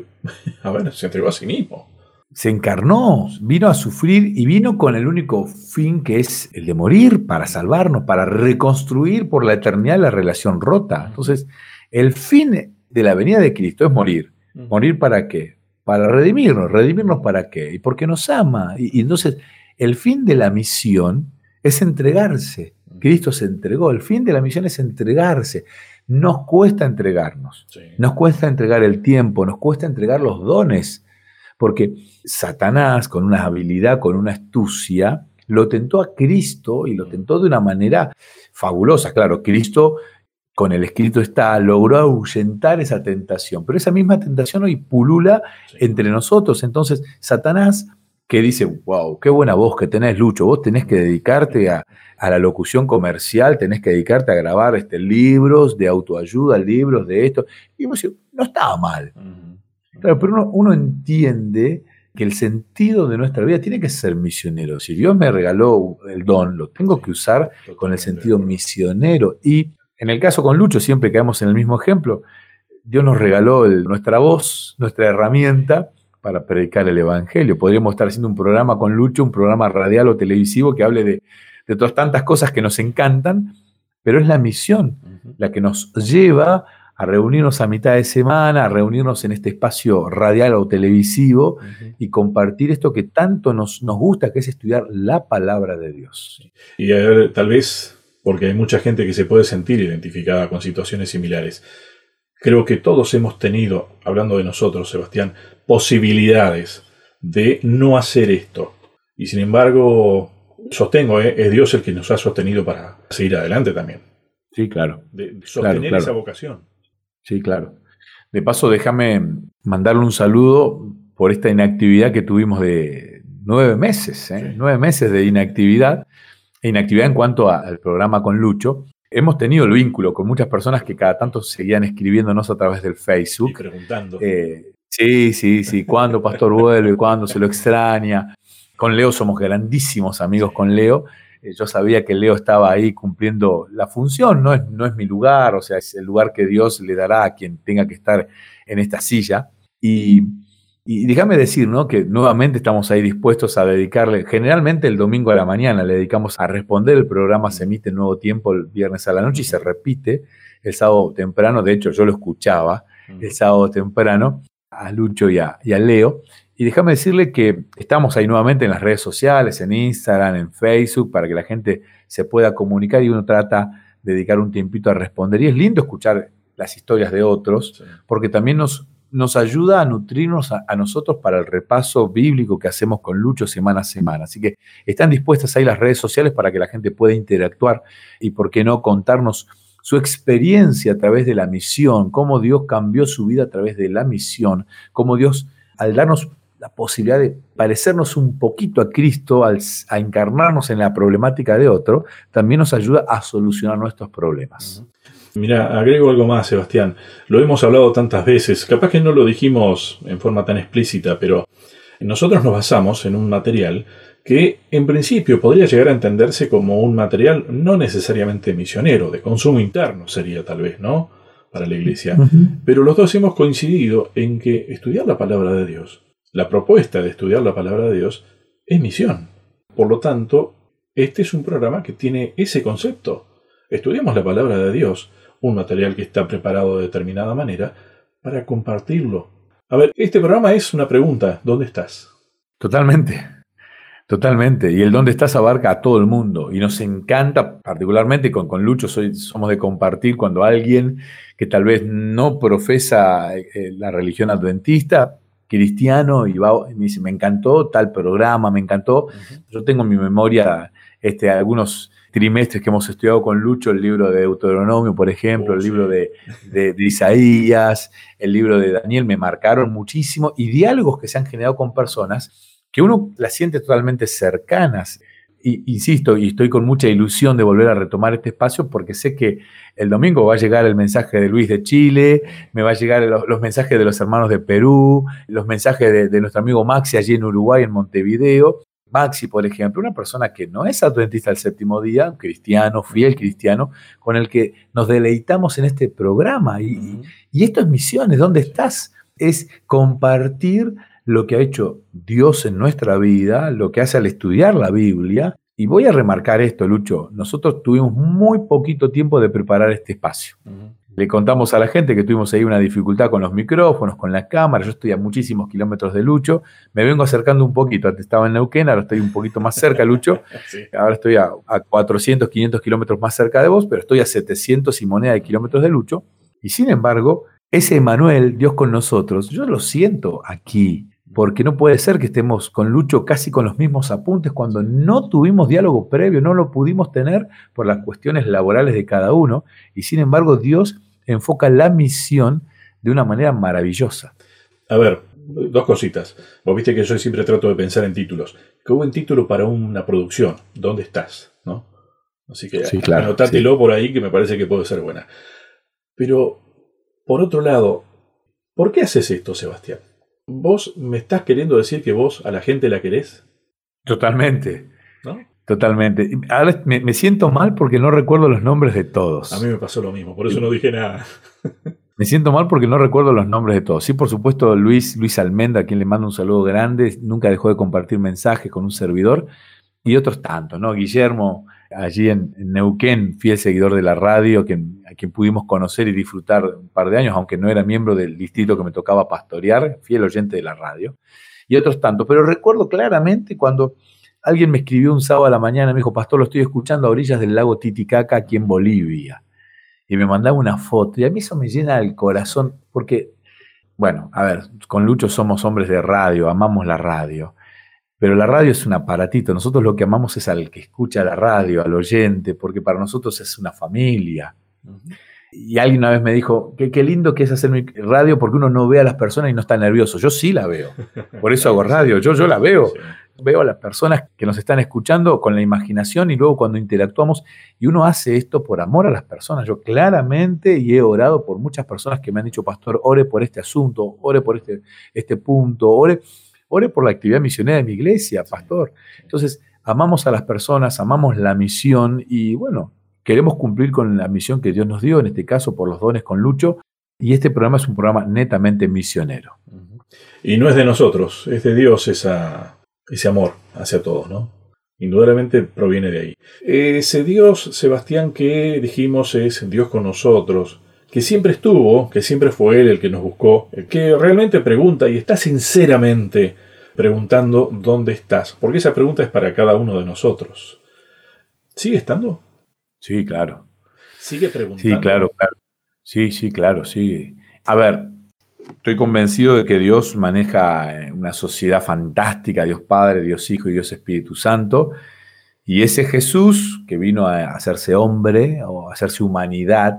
se entregó a sí mismo. Se encarnó, vino a sufrir y vino con el único fin, que es el de morir para salvarnos, para reconstruir por la eternidad la relación rota. Entonces, el fin de la venida de Cristo es morir. ¿Morir para qué? Para redimirnos. ¿Redimirnos para qué? Y porque nos ama. Y entonces, el fin de la misión es entregarse. Cristo se entregó. El fin de la misión es entregarse. Nos cuesta entregarnos. Sí. Nos cuesta entregar el tiempo, nos cuesta entregar los dones. Porque Satanás, con una habilidad, con una astucia, lo tentó a Cristo, y lo tentó de una manera fabulosa. Claro, Cristo, con el escrito está, logró ahuyentar esa tentación, pero esa misma tentación hoy pulula entre nosotros. Entonces, Satanás, que dice, wow, qué buena voz que tenés, Lucho, vos tenés que dedicarte a la locución comercial, tenés que dedicarte a grabar libros de autoayuda, libros de esto. Y vos decís, no estaba mal. Claro, pero uno entiende que el sentido de nuestra vida tiene que ser misionero. Si Dios me regaló el don, lo tengo que usar con el sentido misionero. Y en el caso con Lucho, siempre caemos en el mismo ejemplo. Dios nos regaló nuestra voz, nuestra herramienta para predicar el evangelio. Podríamos estar haciendo un programa con Lucho, un programa radial o televisivo que hable de todas tantas cosas que nos encantan, pero es la misión la que nos lleva a reunirnos a mitad de semana, a reunirnos en este espacio radial o televisivo y compartir esto que tanto nos gusta, que es estudiar la palabra de Dios. Y tal vez, porque hay mucha gente que se puede sentir identificada con situaciones similares, creo que todos hemos tenido, hablando de nosotros, Sebastián, posibilidades de no hacer esto. Y sin embargo, sostengo, es Dios el que nos ha sostenido para seguir adelante también. Sí, claro. De sostener esa vocación. Sí, claro. De paso, déjame mandarle un saludo por esta inactividad que tuvimos de 9 meses, Sí. 9 meses de inactividad. Inactividad en cuanto al programa con Lucho. Hemos tenido el vínculo con muchas personas que cada tanto seguían escribiéndonos a través del Facebook. Y preguntando. Sí. ¿Cuándo Pastor vuelve? ¿Cuándo se lo extraña? Con Leo somos grandísimos amigos con Leo. Yo sabía que Leo estaba ahí cumpliendo la función, no es mi lugar, o sea, es el lugar que Dios le dará a quien tenga que estar en esta silla. Y Y déjame decir, ¿no?, que nuevamente estamos ahí dispuestos a dedicarle, generalmente el domingo a la mañana le dedicamos a responder, el programa se emite en Nuevo Tiempo el viernes a la noche y se repite el sábado temprano. De hecho, yo lo escuchaba el sábado temprano a Lucho y a Leo. Y déjame decirle que estamos ahí nuevamente en las redes sociales, en Instagram, en Facebook, para que la gente se pueda comunicar y uno trata de dedicar un tiempito a responder. Y es lindo escuchar las historias de otros, porque también nos ayuda a nutrirnos a nosotros para el repaso bíblico que hacemos con Lucho semana a semana. Así que están dispuestas ahí las redes sociales para que la gente pueda interactuar y, por qué no, contarnos su experiencia a través de la misión, cómo Dios cambió su vida a través de la misión, cómo Dios, al darnos la posibilidad de parecernos un poquito a Cristo, a encarnarnos en la problemática de otro, también nos ayuda a solucionar nuestros problemas. Mira, agrego algo más, Sebastián. Lo hemos hablado tantas veces, capaz que no lo dijimos en forma tan explícita, pero nosotros nos basamos en un material que en principio podría llegar a entenderse como un material no necesariamente misionero, de consumo interno sería tal vez, ¿no?, para la iglesia. Pero los dos hemos coincidido en que estudiar la palabra de Dios, la propuesta de estudiar la palabra de Dios, es misión. Por lo tanto, este es un programa que tiene ese concepto. Estudiamos la palabra de Dios, un material que está preparado de determinada manera, para compartirlo. A ver, este programa es una pregunta: ¿dónde estás? Totalmente. Y el dónde estás abarca a todo el mundo. Y nos encanta, particularmente con Lucho, somos de compartir cuando alguien que tal vez no profesa la religión adventista, cristiano, y va y me dice, me encantó tal programa, me encantó. Yo tengo en mi memoria algunos trimestres que hemos estudiado con Lucho, el libro de Deuteronomio, por ejemplo, el libro de Isaías, el libro de Daniel, me marcaron muchísimo, y diálogos que se han generado con personas que uno las siente totalmente cercanas. Y, insisto, y estoy con mucha ilusión de volver a retomar este espacio, porque sé que el domingo va a llegar el mensaje de Luis de Chile, me va a llegar los mensajes de los hermanos de Perú, los mensajes de nuestro amigo Maxi allí en Uruguay, en Montevideo. Maxi, por ejemplo, una persona que no es adventista del séptimo día, un cristiano, fiel cristiano, con el que nos deleitamos en este programa. Y esto es Misiones, ¿dónde estás? Es compartir lo que ha hecho Dios en nuestra vida, lo que hace al estudiar la Biblia. Y voy a remarcar esto, Lucho, nosotros tuvimos muy poquito tiempo de preparar este espacio. Le contamos a la gente que tuvimos ahí una dificultad con los micrófonos, con la cámara. Yo estoy a muchísimos kilómetros de Lucho, me vengo acercando un poquito. Antes estaba en Neuquén, ahora estoy un poquito más cerca, Lucho. Sí. Ahora estoy a 400, 500 kilómetros más cerca de vos, pero estoy a 700 y moneda de kilómetros de Lucho. Y sin embargo, ese Emmanuel, Dios con nosotros, yo lo siento aquí. Porque no puede ser que estemos con Lucho casi con los mismos apuntes cuando no tuvimos diálogo previo, no lo pudimos tener por las cuestiones laborales de cada uno, y sin embargo Dios enfoca la misión de una manera maravillosa. A ver, dos cositas. Vos viste que yo siempre trato de pensar en títulos. Qué buen título para una producción, ¿dónde estás? ¿No? Así que sí, claro, anotátelo, sí, por ahí, que me parece que puede ser buena. Pero, por otro lado, ¿por qué haces esto, Sebastián? ¿Vos me estás queriendo decir que vos a la gente la querés? Totalmente. ¿No? Totalmente. Ahora me siento mal porque no recuerdo los nombres de todos. A mí me pasó lo mismo, por eso no dije nada. Me siento mal porque no recuerdo los nombres de todos. Sí, por supuesto, Luis Almendra, a quien le mando un saludo grande, nunca dejó de compartir mensajes con un servidor, y otros tantos, ¿no? Guillermo, allí en Neuquén, fiel seguidor de la radio, a quien pudimos conocer y disfrutar un par de años, aunque no era miembro del distrito que me tocaba pastorear, fiel oyente de la radio, y otros tantos. Pero recuerdo claramente cuando alguien me escribió un sábado a la mañana, me dijo, pastor, lo estoy escuchando a orillas del lago Titicaca, aquí en Bolivia. Y me mandaba una foto, y a mí eso me llena el corazón, porque, bueno, a ver, con Lucho somos hombres de radio, amamos la radio. Pero la radio es un aparatito. Nosotros lo que amamos es al que escucha la radio, al oyente, porque para nosotros es una familia. Y alguien una vez me dijo, qué lindo que es hacer mi radio porque uno no ve a las personas y no está nervioso. Yo sí la veo. Por eso hago radio. Yo la veo. Sí. Veo a las personas que nos están escuchando con la imaginación, y luego cuando interactuamos, y uno hace esto por amor a las personas. Yo claramente, y he orado por muchas personas que me han dicho, pastor, ore por este asunto, ore por este punto, ore por la actividad misionera de mi iglesia, pastor. Entonces, amamos a las personas, amamos la misión, y bueno, queremos cumplir con la misión que Dios nos dio, en este caso por los dones con Lucho, y este programa es un programa netamente misionero. Y no es de nosotros, es de Dios ese amor hacia todos, ¿no? Indudablemente proviene de ahí. Ese Dios, Sebastián, que dijimos es Dios con nosotros, que siempre estuvo, que siempre fue Él el que nos buscó, el que realmente pregunta y está sinceramente preguntando dónde estás, porque esa pregunta es para cada uno de nosotros. ¿Sigue estando? Sí, claro. ¿Sigue preguntando? Sí, claro. Sí, claro, sí. A ver, estoy convencido de que Dios maneja una sociedad fantástica, Dios Padre, Dios Hijo y Dios Espíritu Santo, y ese Jesús que vino a hacerse hombre o a hacerse humanidad,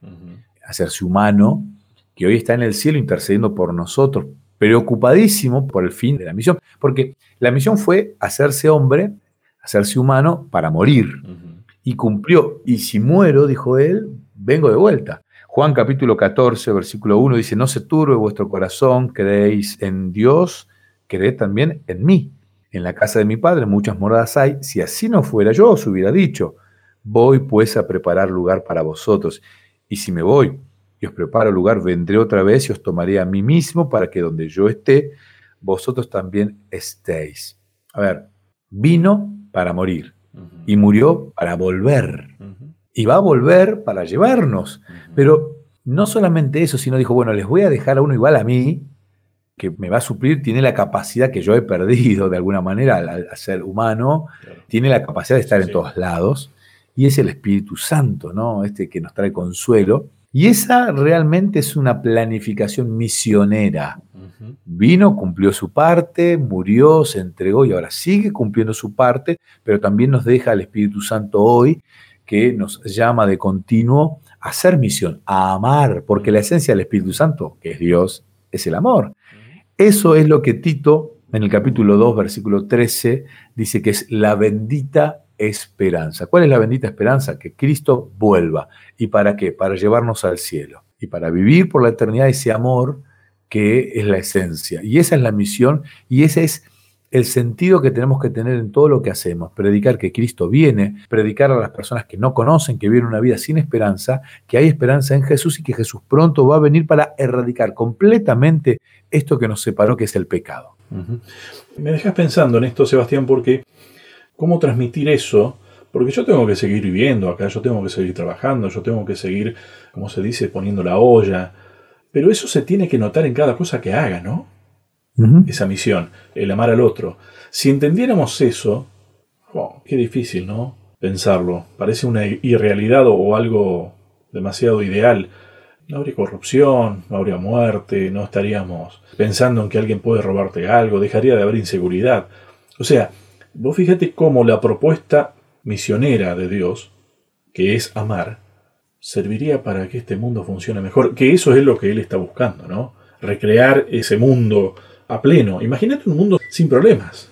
a hacerse humano, que hoy está en el cielo intercediendo por nosotros, preocupadísimo por el fin de la misión, porque la misión fue hacerse hombre, hacerse humano para morir, y cumplió, y si muero, dijo él, vengo de vuelta. Juan capítulo 14, versículo 1 dice, no se turbe vuestro corazón, creéis en Dios, creed también en mí. En la casa de mi Padre muchas moradas hay, si así no fuera yo os hubiera dicho, voy pues a preparar lugar para vosotros, y si me voy y os preparo lugar, vendré otra vez y os tomaré a mí mismo para que donde yo esté, vosotros también estéis. A ver, vino para morir y murió para volver. Y va a volver para llevarnos. Pero no solamente eso, sino dijo, bueno, les voy a dejar a uno igual a mí, que me va a suplir, tiene la capacidad que yo he perdido de alguna manera al ser humano, tiene la capacidad de estar en todos lados, y es el Espíritu Santo, ¿no? Este que nos trae consuelo. Y esa realmente es una planificación misionera. Vino, cumplió su parte, murió, se entregó y ahora sigue cumpliendo su parte, pero también nos deja el Espíritu Santo hoy, que nos llama de continuo a hacer misión, a amar, porque la esencia del Espíritu Santo, que es Dios, es el amor. Eso es lo que Tito, en el capítulo 2, versículo 13, dice que es la bendita esperanza. ¿Cuál es la bendita esperanza? Que Cristo vuelva. ¿Y para qué? Para llevarnos al cielo y para vivir por la eternidad ese amor que es la esencia. Y esa es la misión y ese es el sentido que tenemos que tener en todo lo que hacemos. Predicar que Cristo viene, predicar a las personas que no conocen, que viven una vida sin esperanza, que hay esperanza en Jesús y que Jesús pronto va a venir para erradicar completamente esto que nos separó, que es el pecado. Me dejas pensando en esto, Sebastián, porque ¿cómo transmitir eso? Porque yo tengo que seguir viviendo acá, yo tengo que seguir trabajando, yo tengo que seguir, como se dice, poniendo la olla. Pero eso se tiene que notar en cada cosa que haga, ¿no? Esa misión, el amar al otro. Si entendiéramos eso, qué difícil, ¿no? Pensarlo. Parece una irrealidad o algo demasiado ideal. No habría corrupción, no habría muerte, no estaríamos pensando en que alguien puede robarte algo, dejaría de haber inseguridad. O sea, vos fíjate cómo la propuesta misionera de Dios, que es amar, serviría para que este mundo funcione mejor, que eso es lo que Él está buscando, ¿no? Recrear ese mundo a pleno. Imagínate un mundo sin problemas.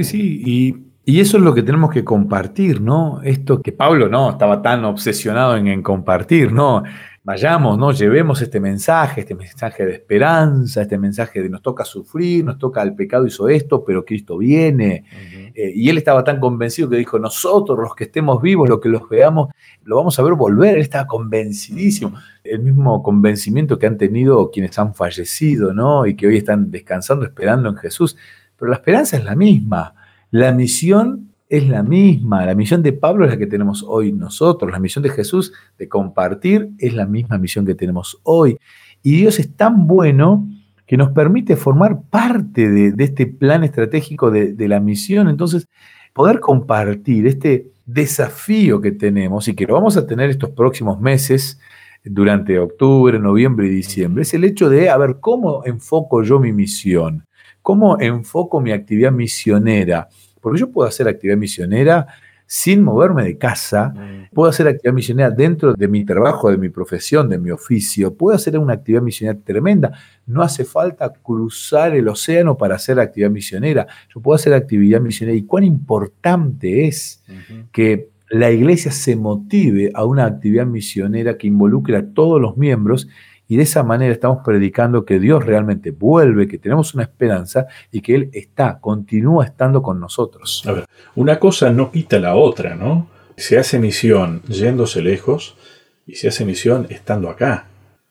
Sí, y eso es lo que tenemos que compartir, ¿no? Esto que Pablo, ¿no? Estaba tan obsesionado en compartir, ¿no? Vayamos, ¿no? Llevemos este mensaje de esperanza, este mensaje de nos toca sufrir, nos toca el pecado hizo esto, pero Cristo viene. Y él estaba tan convencido que dijo, nosotros los que estemos vivos, los que los veamos, lo vamos a ver volver. Él estaba convencidísimo. El mismo convencimiento que han tenido quienes han fallecido, ¿no? Y que hoy están descansando, esperando en Jesús. Pero la esperanza es la misma. La misión es la misma. La misión de Pablo es la que tenemos hoy nosotros. La misión de Jesús de compartir es la misma misión que tenemos hoy. Y Dios es tan bueno que nos permite formar parte de este plan estratégico de la misión. Entonces, poder compartir este desafío que tenemos y que lo vamos a tener estos próximos meses, durante octubre, noviembre y diciembre, es el hecho de, a ver, ¿cómo enfoco yo mi misión? ¿Cómo enfoco mi actividad misionera? Porque yo puedo hacer actividad misionera sin moverme de casa, puedo hacer actividad misionera dentro de mi trabajo, de mi profesión, de mi oficio, puedo hacer una actividad misionera tremenda, no hace falta cruzar el océano para hacer actividad misionera, yo puedo hacer actividad misionera. Y cuán importante es que la iglesia se motive a una actividad misionera que involucre a todos los miembros. Y de esa manera estamos predicando que Dios realmente vuelve, que tenemos una esperanza y que Él continúa estando con nosotros. A ver, una cosa no quita la otra, ¿no? Se hace misión yéndose lejos y se hace misión estando acá.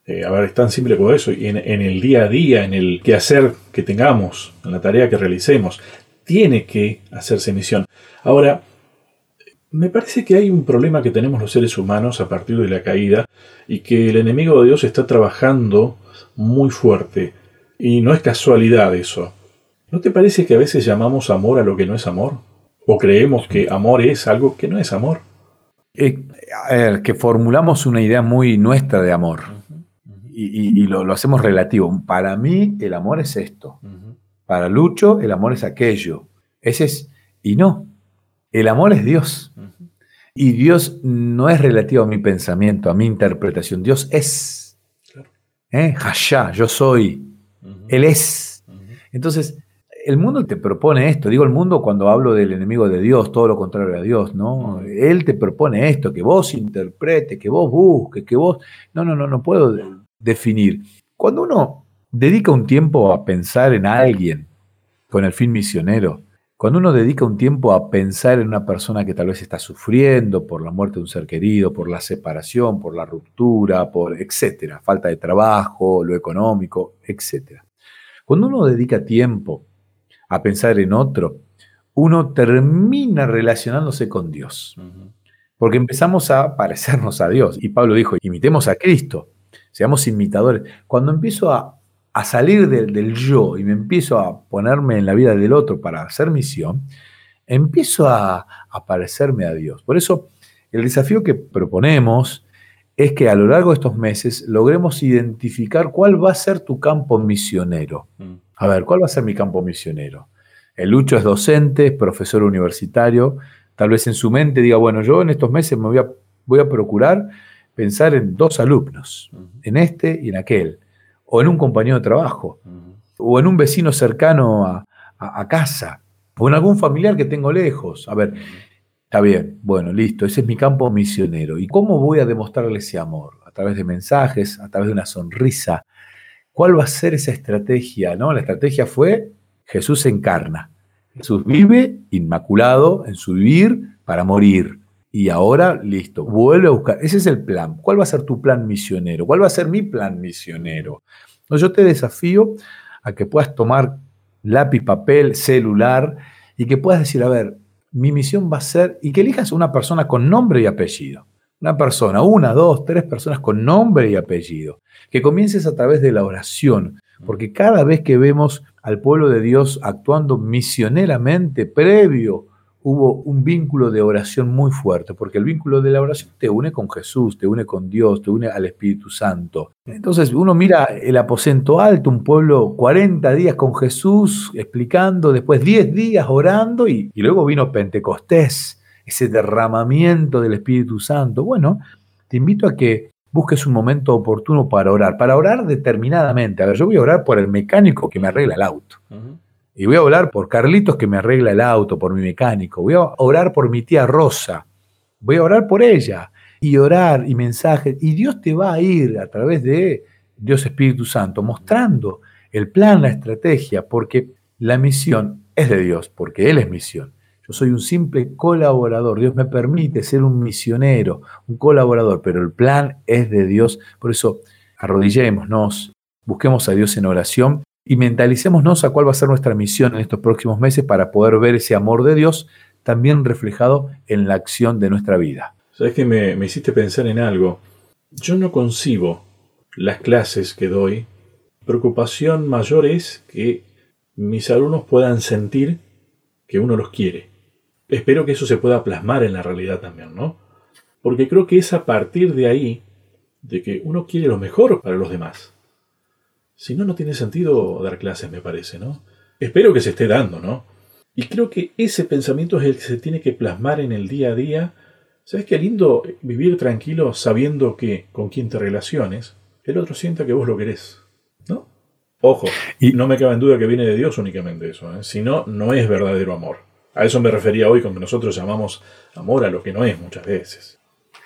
A ver, es tan simple como eso. Y en el día a día, en el quehacer que tengamos, en la tarea que realicemos, tiene que hacerse misión. Ahora, me parece que hay un problema que tenemos los seres humanos a partir de la caída y que el enemigo de Dios está trabajando muy fuerte. Y no es casualidad eso. ¿No te parece que a veces llamamos amor a lo que no es amor? ¿O creemos que amor es algo que no es amor? A ver, que formulamos una idea muy nuestra de amor y lo hacemos relativo. Para mí el amor es esto. Para Lucho el amor es aquello. Ese es, y no, el amor es Dios. Y Dios no es relativo a mi pensamiento, a mi interpretación. Dios es. Hashá, yo soy. Él es. Entonces, el mundo te propone esto. Digo el mundo cuando hablo del enemigo de Dios, todo lo contrario a Dios, ¿no? Él te propone esto, que vos interpretes, que vos busques, que vos... No puedo definir. Cuando uno dedica un tiempo a pensar en alguien con el fin misionero, cuando uno dedica un tiempo a pensar en una persona que tal vez está sufriendo por la muerte de un ser querido, por la separación, por la ruptura, por etcétera, falta de trabajo, lo económico, etcétera. Cuando uno dedica tiempo a pensar en otro, uno termina relacionándose con Dios. Porque empezamos a parecernos a Dios. Y Pablo dijo, imitemos a Cristo, seamos imitadores. Cuando empiezo a salir del yo y me empiezo a ponerme en la vida del otro para hacer misión, empiezo a parecerme a Dios. Por eso, el desafío que proponemos es que a lo largo de estos meses logremos identificar cuál va a ser tu campo misionero. A ver, ¿cuál va a ser mi campo misionero? El Lucho es docente, es profesor universitario. Tal vez en su mente diga, bueno, yo en estos meses me voy a procurar pensar en 2 alumnos, en este y en aquel, o en un compañero de trabajo, o en un vecino cercano a casa, o en algún familiar que tengo lejos. A ver, está bien, bueno, listo, ese es mi campo misionero. ¿Y cómo voy a demostrarle ese amor? A través de mensajes, a través de una sonrisa. ¿Cuál va a ser esa estrategia? ¿No? La estrategia fue Jesús se encarna. Jesús vive inmaculado en su vivir para morir. Y ahora, listo, vuelve a buscar. Ese es el plan. ¿Cuál va a ser tu plan misionero? ¿Cuál va a ser mi plan misionero? Entonces, yo te desafío a que puedas tomar lápiz, papel, celular y que puedas decir, a ver, mi misión va a ser, y que elijas una persona con nombre y apellido. Una persona, 1, 2, 3 personas con nombre y apellido. Que comiences a través de la oración, porque cada vez que vemos al pueblo de Dios actuando misioneramente, previo hubo un vínculo de oración muy fuerte, porque el vínculo de la oración te une con Jesús, te une con Dios, te une al Espíritu Santo. Entonces uno mira el aposento alto, un pueblo 40 días con Jesús explicando, después 10 días orando y luego vino Pentecostés, ese derramamiento del Espíritu Santo. Bueno, te invito a que busques un momento oportuno para orar determinadamente. A ver, yo voy a orar por el mecánico que me arregla el auto. Y voy a orar por Carlitos que me arregla el auto, por mi mecánico. Voy a orar por mi tía Rosa. Voy a orar por ella. Y orar y mensajes. Y Dios te va a ir a través de Dios Espíritu Santo mostrando el plan, la estrategia, porque la misión es de Dios, porque Él es misión. Yo soy un simple colaborador. Dios me permite ser un misionero, un colaborador, pero el plan es de Dios. Por eso, arrodillémonos, busquemos a Dios en oración y mentalicémonos a cuál va a ser nuestra misión en estos próximos meses para poder ver ese amor de Dios también reflejado en la acción de nuestra vida. ¿Sabes qué? Me hiciste pensar en algo. Yo no concibo las clases que doy. Preocupación mayor es que mis alumnos puedan sentir que uno los quiere. Espero que eso se pueda plasmar en la realidad también, ¿no? Porque creo que es a partir de ahí, de que uno quiere lo mejor para los demás. Si no, no tiene sentido dar clases, me parece, ¿no? Espero que se esté dando, ¿no? Y creo que ese pensamiento es el que se tiene que plasmar en el día a día. ¿Sabes qué lindo vivir tranquilo sabiendo que con quien te relaciones, el otro sienta que vos lo querés, ¿no? Ojo, y no me cabe en duda que viene de Dios únicamente eso, ¿eh? Si no, no es verdadero amor. A eso me refería hoy cuando nosotros llamamos amor a lo que no es muchas veces.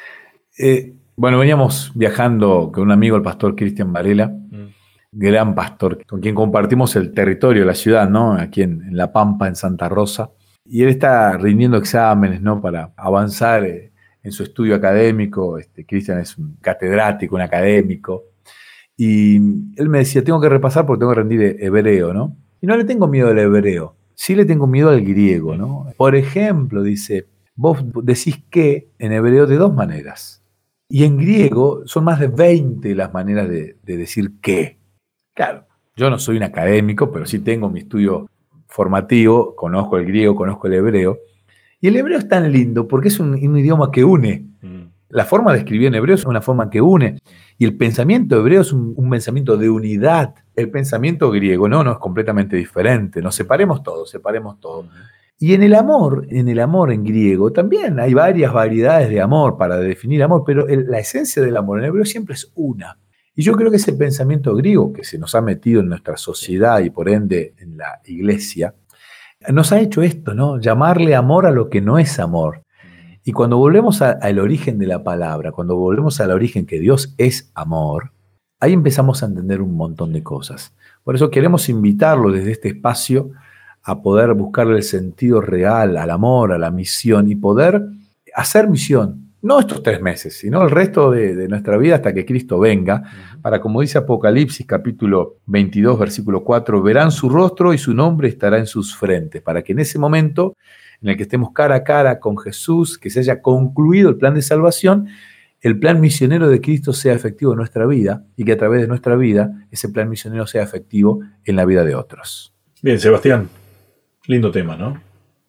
Bueno, veníamos viajando con un amigo, el pastor Cristian Varela, gran pastor, con quien compartimos el territorio de la ciudad, ¿no? Aquí en La Pampa, en Santa Rosa. Y él está rindiendo exámenes, ¿no? Para avanzar en su estudio académico. Cristian es un catedrático, un académico. Y él me decía, tengo que repasar porque tengo que rendir hebreo, ¿no? Y no le tengo miedo al hebreo, sí le tengo miedo al griego, ¿no? Por ejemplo, dice, vos decís que en hebreo de 2 maneras. Y en griego son más de 20 las maneras de decir que. Claro, yo no soy un académico, pero sí tengo mi estudio formativo, conozco el griego, conozco el hebreo. Y el hebreo es tan lindo porque es un idioma que une. La forma de escribir en hebreo es una forma que une. Y el pensamiento hebreo es un pensamiento de unidad. El pensamiento griego no es completamente diferente. Nos separemos todos, separemos todo. Y en el amor en griego también hay varias variedades de amor para definir amor, pero la esencia del amor en hebreo siempre es una. Y yo creo que ese pensamiento griego que se nos ha metido en nuestra sociedad y por ende en la iglesia, nos ha hecho esto, ¿no? Llamarle amor a lo que no es amor. Y cuando volvemos al origen de la palabra, cuando volvemos al origen que Dios es amor, ahí empezamos a entender un montón de cosas. Por eso queremos invitarlo desde este espacio a poder buscarle el sentido real al amor, a la misión y poder hacer misión. No estos 3 meses, sino el resto de nuestra vida hasta que Cristo venga, para, como dice Apocalipsis capítulo 22, versículo 4, verán su rostro y su nombre estará en sus frentes, para que en ese momento en el que estemos cara a cara con Jesús, que se haya concluido el plan de salvación, el plan misionero de Cristo sea efectivo en nuestra vida y que a través de nuestra vida ese plan misionero sea efectivo en la vida de otros. Bien, Sebastián, lindo tema, ¿no?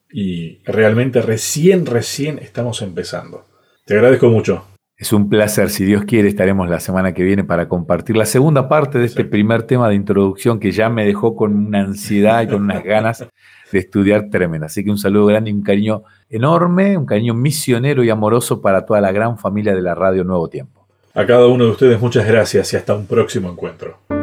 Y realmente recién estamos empezando. Te agradezco mucho. Es un placer. Si Dios quiere, estaremos la semana que viene para compartir la segunda parte de este primer tema de introducción que ya me dejó con una ansiedad y con unas ganas de estudiar tremenda. Así que un saludo grande y un cariño enorme, un cariño misionero y amoroso para toda la gran familia de la radio Nuevo Tiempo. A cada uno de ustedes muchas gracias y hasta un próximo encuentro.